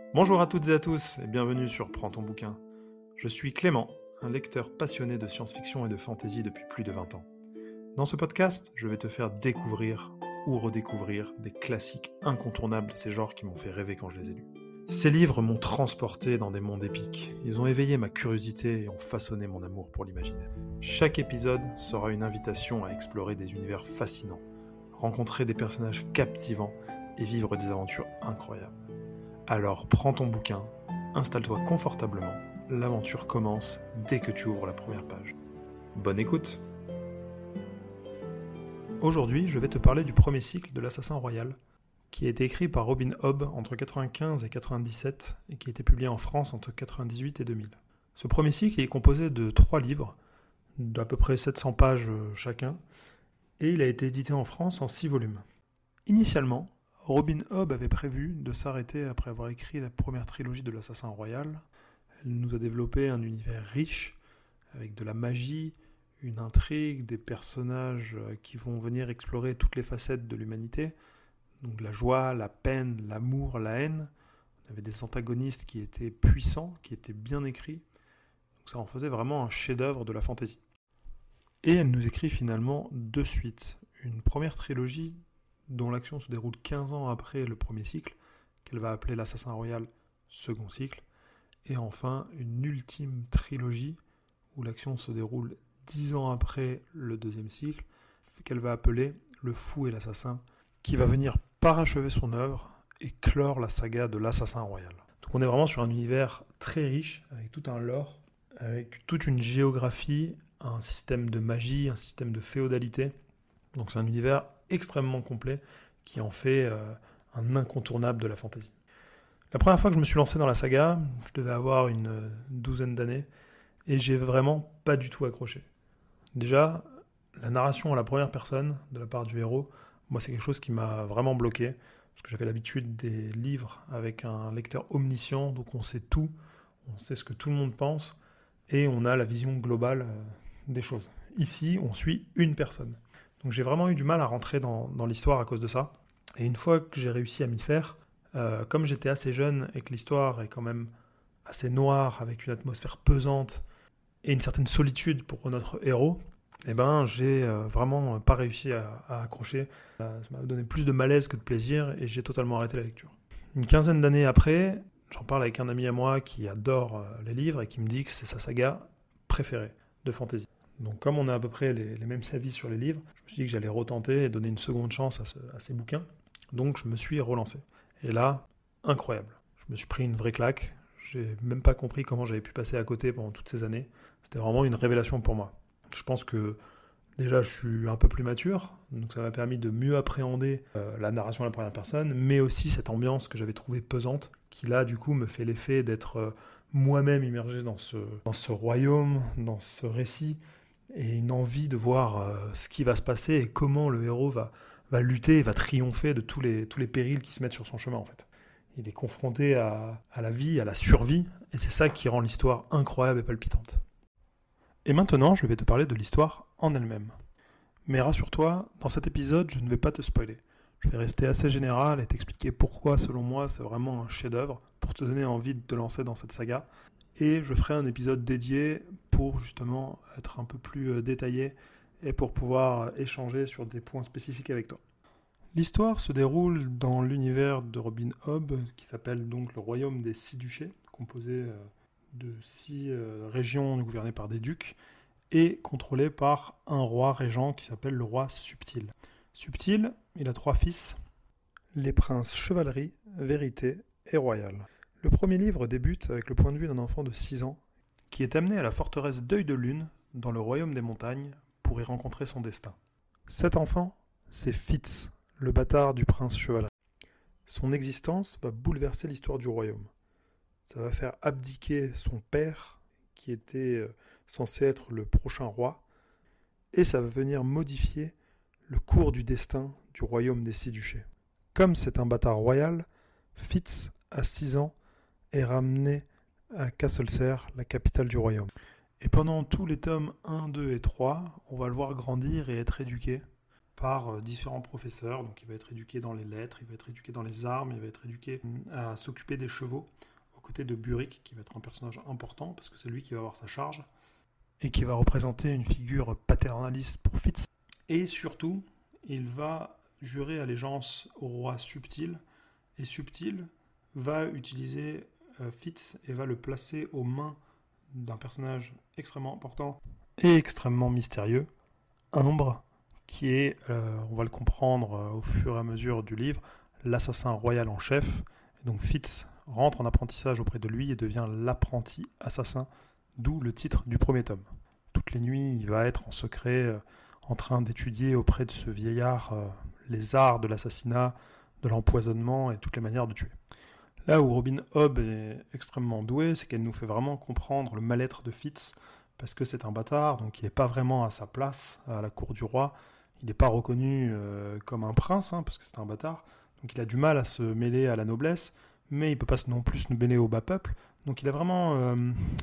Bonjour à toutes et à tous et bienvenue sur Prends ton bouquin. Je suis Clément, un lecteur passionné de science-fiction et de fantasy depuis plus de 20 ans. Dans ce podcast, je vais te faire découvrir ou redécouvrir des classiques incontournables de ces genres qui m'ont fait rêver quand je les ai lus. Ces livres m'ont transporté dans des mondes épiques, ils ont éveillé ma curiosité et ont façonné mon amour pour l'imaginaire. Chaque épisode sera une invitation à explorer des univers fascinants, rencontrer des personnages captivants et vivre des aventures incroyables. Alors prends ton bouquin, installe-toi confortablement, l'aventure commence dès que tu ouvres la première page. Bonne écoute! Aujourd'hui, je vais te parler du premier cycle de l'Assassin Royal, qui a été écrit par Robin Hobb entre 1995 et 1997 et qui a été publié en France entre 1998 et 2000. Ce premier cycle est composé de 3 livres, d'à peu près 700 pages chacun, et il a été édité en France en 6 volumes. Initialement, Robin Hobb avait prévu de s'arrêter après avoir écrit la première trilogie de l'Assassin Royal. Elle nous a développé un univers riche, avec de la magie, une intrigue, des personnages qui vont venir explorer toutes les facettes de l'humanité. Donc la joie, la peine, l'amour, la haine. On avait des antagonistes qui étaient puissants, qui étaient bien écrits. Donc ça en faisait vraiment un chef-d'œuvre de la fantasy. Et elle nous écrit finalement 2 suites. Une première trilogie dont l'action se déroule 15 ans après le premier cycle, qu'elle va appeler l'Assassin Royal second cycle, et enfin une ultime trilogie où l'action se déroule 10 ans après le deuxième cycle, qu'elle va appeler Le Fou et l'Assassin, qui va venir parachever son œuvre et clore la saga de l'Assassin Royal. Donc on est vraiment sur un univers très riche, avec tout un lore, avec toute une géographie, un système de magie, un système de féodalité. Donc c'est un univers extrêmement complet qui en fait un incontournable de la fantasy. La première fois que je me suis lancé dans la saga, je devais avoir une douzaine d'années et j'ai vraiment pas du tout accroché. Déjà, la narration à la première personne de la part du héros, moi c'est quelque chose qui m'a vraiment bloqué parce que j'avais l'habitude des livres avec un lecteur omniscient, donc on sait tout, on sait ce que tout le monde pense et on a la vision globale des choses. Ici, on suit une personne. Donc j'ai vraiment eu du mal à rentrer dans l'histoire à cause de ça. Et une fois que j'ai réussi à m'y faire, comme j'étais assez jeune et que l'histoire est quand même assez noire, avec une atmosphère pesante et une certaine solitude pour notre héros, eh ben j'ai vraiment pas réussi à accrocher. Ça m'a donné plus de malaise que de plaisir et j'ai totalement arrêté la lecture. Une quinzaine d'années après, j'en parle avec un ami à moi qui adore les livres et qui me dit que c'est sa saga préférée de fantasy. Donc comme on a à peu près les mêmes avis sur les livres, je me suis dit que j'allais retenter et donner une seconde chance à ces bouquins. Donc je me suis relancé. Et là, incroyable. Je me suis pris une vraie claque. J'ai même pas compris comment j'avais pu passer à côté pendant toutes ces années. C'était vraiment une révélation pour moi. Je pense que déjà je suis un peu plus mature, donc ça m'a permis de mieux appréhender la narration à la première personne, mais aussi cette ambiance que j'avais trouvée pesante, qui là du coup me fait l'effet d'être moi-même immergé dans ce royaume, dans ce récit, et une envie de voir ce qui va se passer et comment le héros va lutter et va triompher de tous les périls qui se mettent sur son chemin en fait. Il est confronté à la vie, à la survie, et c'est ça qui rend l'histoire incroyable et palpitante. Et maintenant, je vais te parler de l'histoire en elle-même. Mais rassure-toi, dans cet épisode, je ne vais pas te spoiler. Je vais rester assez général et t'expliquer pourquoi, selon moi, c'est vraiment un chef-d'œuvre, pour te donner envie de te lancer dans cette saga. Et je ferai un épisode dédié pour justement être un peu plus détaillé et pour pouvoir échanger sur des points spécifiques avec toi. L'histoire se déroule dans l'univers de Robin Hobb, qui s'appelle donc le Royaume des 6 duchés, composé de 6 régions gouvernées par des ducs et contrôlé par un roi régent qui s'appelle le roi Subtil. Subtil, il a 3 fils, les princes Chevalerie, Vérité et Royal. Le premier livre débute avec le point de vue d'un enfant de 6 ans qui est amené à la forteresse d'Œil de Lune dans le royaume des montagnes pour y rencontrer son destin. Cet enfant, c'est Fitz, le bâtard du prince Chevalerie. Son existence va bouleverser l'histoire du royaume. Ça va faire abdiquer son père, qui était censé être le prochain roi, et ça va venir modifier le cours du destin du royaume des 6 duchés. Comme c'est un bâtard royal, Fitz, à 6 ans, est ramené à Castlesere, la capitale du royaume. Et pendant tous les tomes 1, 2 et 3, on va le voir grandir et être éduqué par différents professeurs. Donc il va être éduqué dans les lettres, il va être éduqué dans les armes, il va être éduqué à s'occuper des chevaux, aux côtés de Burick, qui va être un personnage important, parce que c'est lui qui va avoir sa charge, et qui va représenter une figure paternaliste pour Fitz. Et surtout, il va jurer allégeance au roi Subtil, et Subtil va utiliser Fitz et va le placer aux mains d'un personnage extrêmement important et extrêmement mystérieux, Umbre, qui est, on va le comprendre au fur et à mesure du livre, l'assassin royal en chef. Et donc Fitz rentre en apprentissage auprès de lui et devient l'apprenti assassin, d'où le titre du premier tome. Toutes les nuits, il va être en secret en train d'étudier auprès de ce vieillard les arts de l'assassinat, de l'empoisonnement et toutes les manières de tuer. Là où Robin Hobb est extrêmement douée, c'est qu'elle nous fait vraiment comprendre le mal-être de Fitz, parce que c'est un bâtard, donc il n'est pas vraiment à sa place à la cour du roi. Il n'est pas reconnu comme un prince, parce que c'est un bâtard. Donc il a du mal à se mêler à la noblesse, mais il ne peut pas non plus se mêler au bas peuple. Donc il a vraiment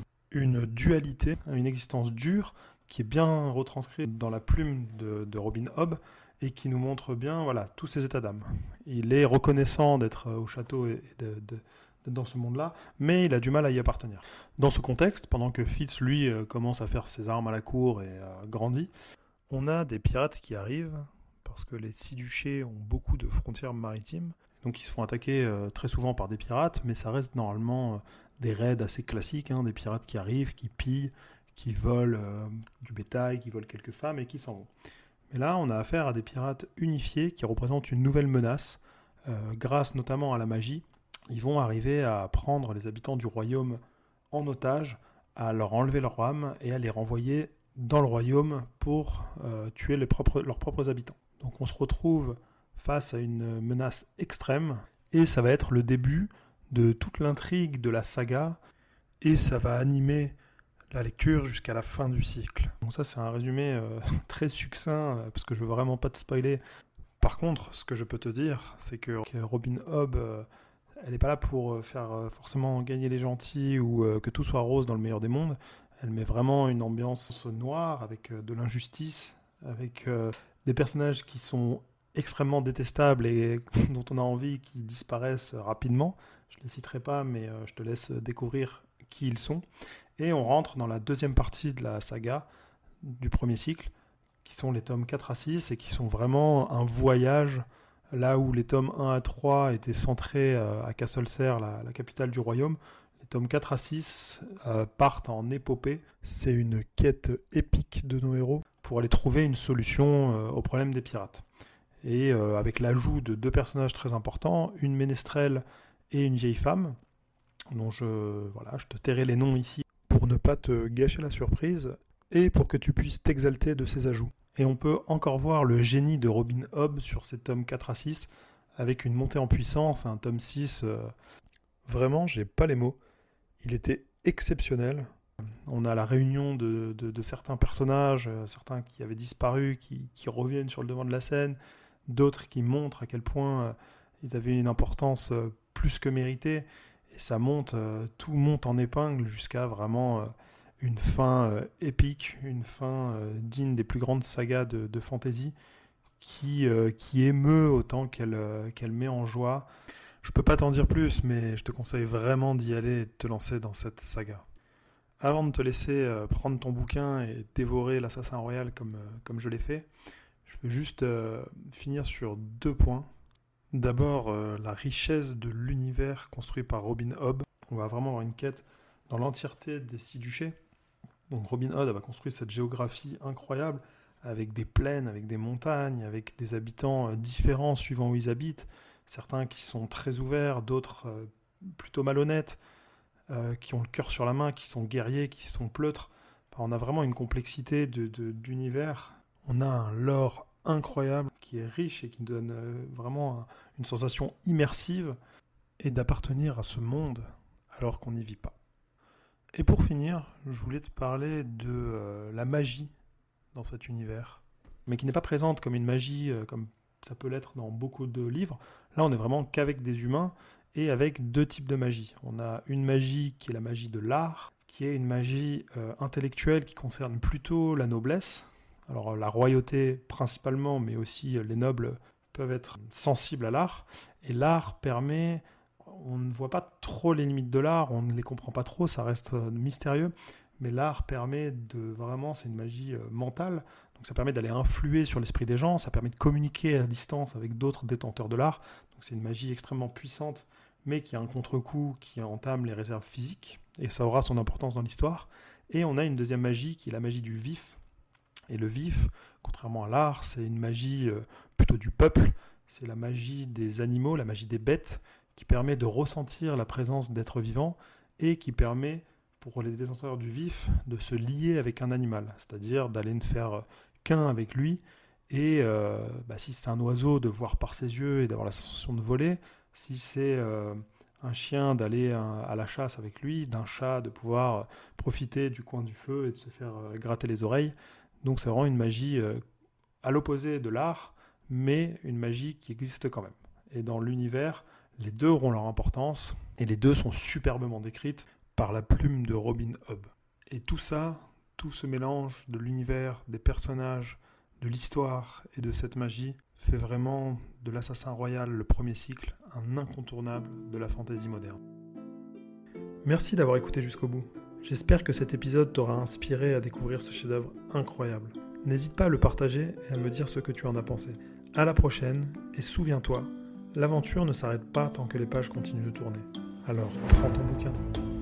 une dualité, une existence dure, qui est bien retranscrite dans la plume de Robin Hobb, et qui nous montre bien tous ses états d'âme. Il est reconnaissant d'être au château et d'être dans ce monde-là, mais il a du mal à y appartenir. Dans ce contexte, pendant que Fitz, lui, commence à faire ses armes à la cour et grandit, on a des pirates qui arrivent, parce que les 6 duchés ont beaucoup de frontières maritimes, donc ils se font attaquer très souvent par des pirates, mais ça reste normalement des raids assez classiques, des pirates qui arrivent, qui pillent, qui volent du bétail, qui volent quelques femmes et qui s'en vont. Mais là, on a affaire à des pirates unifiés qui représentent une nouvelle menace, grâce notamment à la magie. Ils vont arriver à prendre les habitants du royaume en otage, à leur enlever leur âme et à les renvoyer dans le royaume pour tuer leurs propres habitants. Donc on se retrouve face à une menace extrême, et ça va être le début de toute l'intrigue de la saga, et ça va animer la lecture jusqu'à la fin du cycle. Donc ça, c'est un résumé très succinct, parce que je veux vraiment pas te spoiler. Par contre, ce que je peux te dire, c'est que Robin Hobb, elle n'est pas là pour faire forcément gagner les gentils ou que tout soit rose dans le meilleur des mondes. Elle met vraiment une ambiance noire, avec de l'injustice, avec des personnages qui sont extrêmement détestables et dont on a envie qu'ils disparaissent rapidement. Je ne les citerai pas, mais je te laisse découvrir qui ils sont. Et on rentre dans la deuxième partie de la saga du premier cycle, qui sont les tomes 4 à 6, et qui sont vraiment un voyage, là où les tomes 1 à 3 étaient centrés à Castlesere, la capitale du royaume. Les tomes 4 à 6 partent en épopée. C'est une quête épique de nos héros pour aller trouver une solution au problème des pirates. Et avec l'ajout de 2 personnages très importants, une ménestrelle et une vieille femme, dont je te tairai les noms ici pour ne pas te gâcher la surprise et pour que tu puisses t'exalter de ces ajouts. Et on peut encore voir le génie de Robin Hobb sur ces tomes 4 à 6, avec une montée en puissance, un tome 6. Vraiment, j'ai pas les mots. Il était exceptionnel. On a la réunion de certains personnages, certains qui avaient disparu, qui reviennent sur le devant de la scène, d'autres qui montrent à quel point ils avaient une importance plus que méritée. Et ça monte, tout monte en épingle jusqu'à vraiment une fin épique, une fin digne des plus grandes sagas de fantasy, qui émeut autant qu'elle met en joie. Je peux pas t'en dire plus, mais je te conseille vraiment d'y aller et de te lancer dans cette saga. Avant de te laisser prendre ton bouquin et dévorer l'Assassin Royal comme je l'ai fait, je veux juste finir sur 2 points. D'abord, la richesse de l'univers construit par Robin Hobb. On va vraiment avoir une quête dans l'entièreté des 6 duchés. Donc Robin Hobb va construire cette géographie incroyable, avec des plaines, avec des montagnes, avec des habitants différents suivant où ils habitent. Certains qui sont très ouverts, d'autres plutôt malhonnêtes, qui ont le cœur sur la main, qui sont guerriers, qui sont pleutres. Enfin, on a vraiment une complexité d'univers. On a un lore incroyable, qui est riche et qui donne vraiment une sensation immersive et d'appartenir à ce monde alors qu'on n'y vit pas. Et pour finir, je voulais te parler de la magie dans cet univers, mais qui n'est pas présente comme une magie comme ça peut l'être dans beaucoup de livres. Là, on est vraiment qu'avec des humains et avec 2 types de magie. On a une magie qui est la magie de l'art, qui est une magie intellectuelle qui concerne plutôt la noblesse, Alors la royauté principalement, mais aussi les nobles peuvent être sensibles à l'art. Et l'art permet, on ne voit pas trop les limites de l'art, on ne les comprend pas trop, ça reste mystérieux. Mais l'art permet c'est une magie mentale, donc ça permet d'aller influer sur l'esprit des gens, ça permet de communiquer à distance avec d'autres détenteurs de l'art. Donc c'est une magie extrêmement puissante, mais qui a un contre-coup qui entame les réserves physiques, et ça aura son importance dans l'histoire. Et on a une deuxième magie qui est la magie du vif. Et le vif, contrairement à l'art, c'est une magie plutôt du peuple, c'est la magie des animaux, la magie des bêtes, qui permet de ressentir la présence d'êtres vivants et qui permet, pour les détenteurs du vif, de se lier avec un animal, c'est-à-dire d'aller ne faire qu'un avec lui, et si c'est un oiseau, de voir par ses yeux et d'avoir la sensation de voler, si c'est un chien, d'aller à la chasse avec lui, d'un chat, de pouvoir profiter du coin du feu et de se faire gratter les oreilles. Donc c'est vraiment une magie à l'opposé de l'art, mais une magie qui existe quand même. Et dans l'univers, les deux auront leur importance, et les deux sont superbement décrites par la plume de Robin Hobb. Et tout ça, tout ce mélange de l'univers, des personnages, de l'histoire et de cette magie, fait vraiment de l'Assassin Royal, le premier cycle, un incontournable de la fantasy moderne. Merci d'avoir écouté jusqu'au bout. J'espère que cet épisode t'aura inspiré à découvrir ce chef-d'œuvre incroyable. N'hésite pas à le partager et à me dire ce que tu en as pensé. À la prochaine, et souviens-toi, l'aventure ne s'arrête pas tant que les pages continuent de tourner. Alors, prends ton bouquin.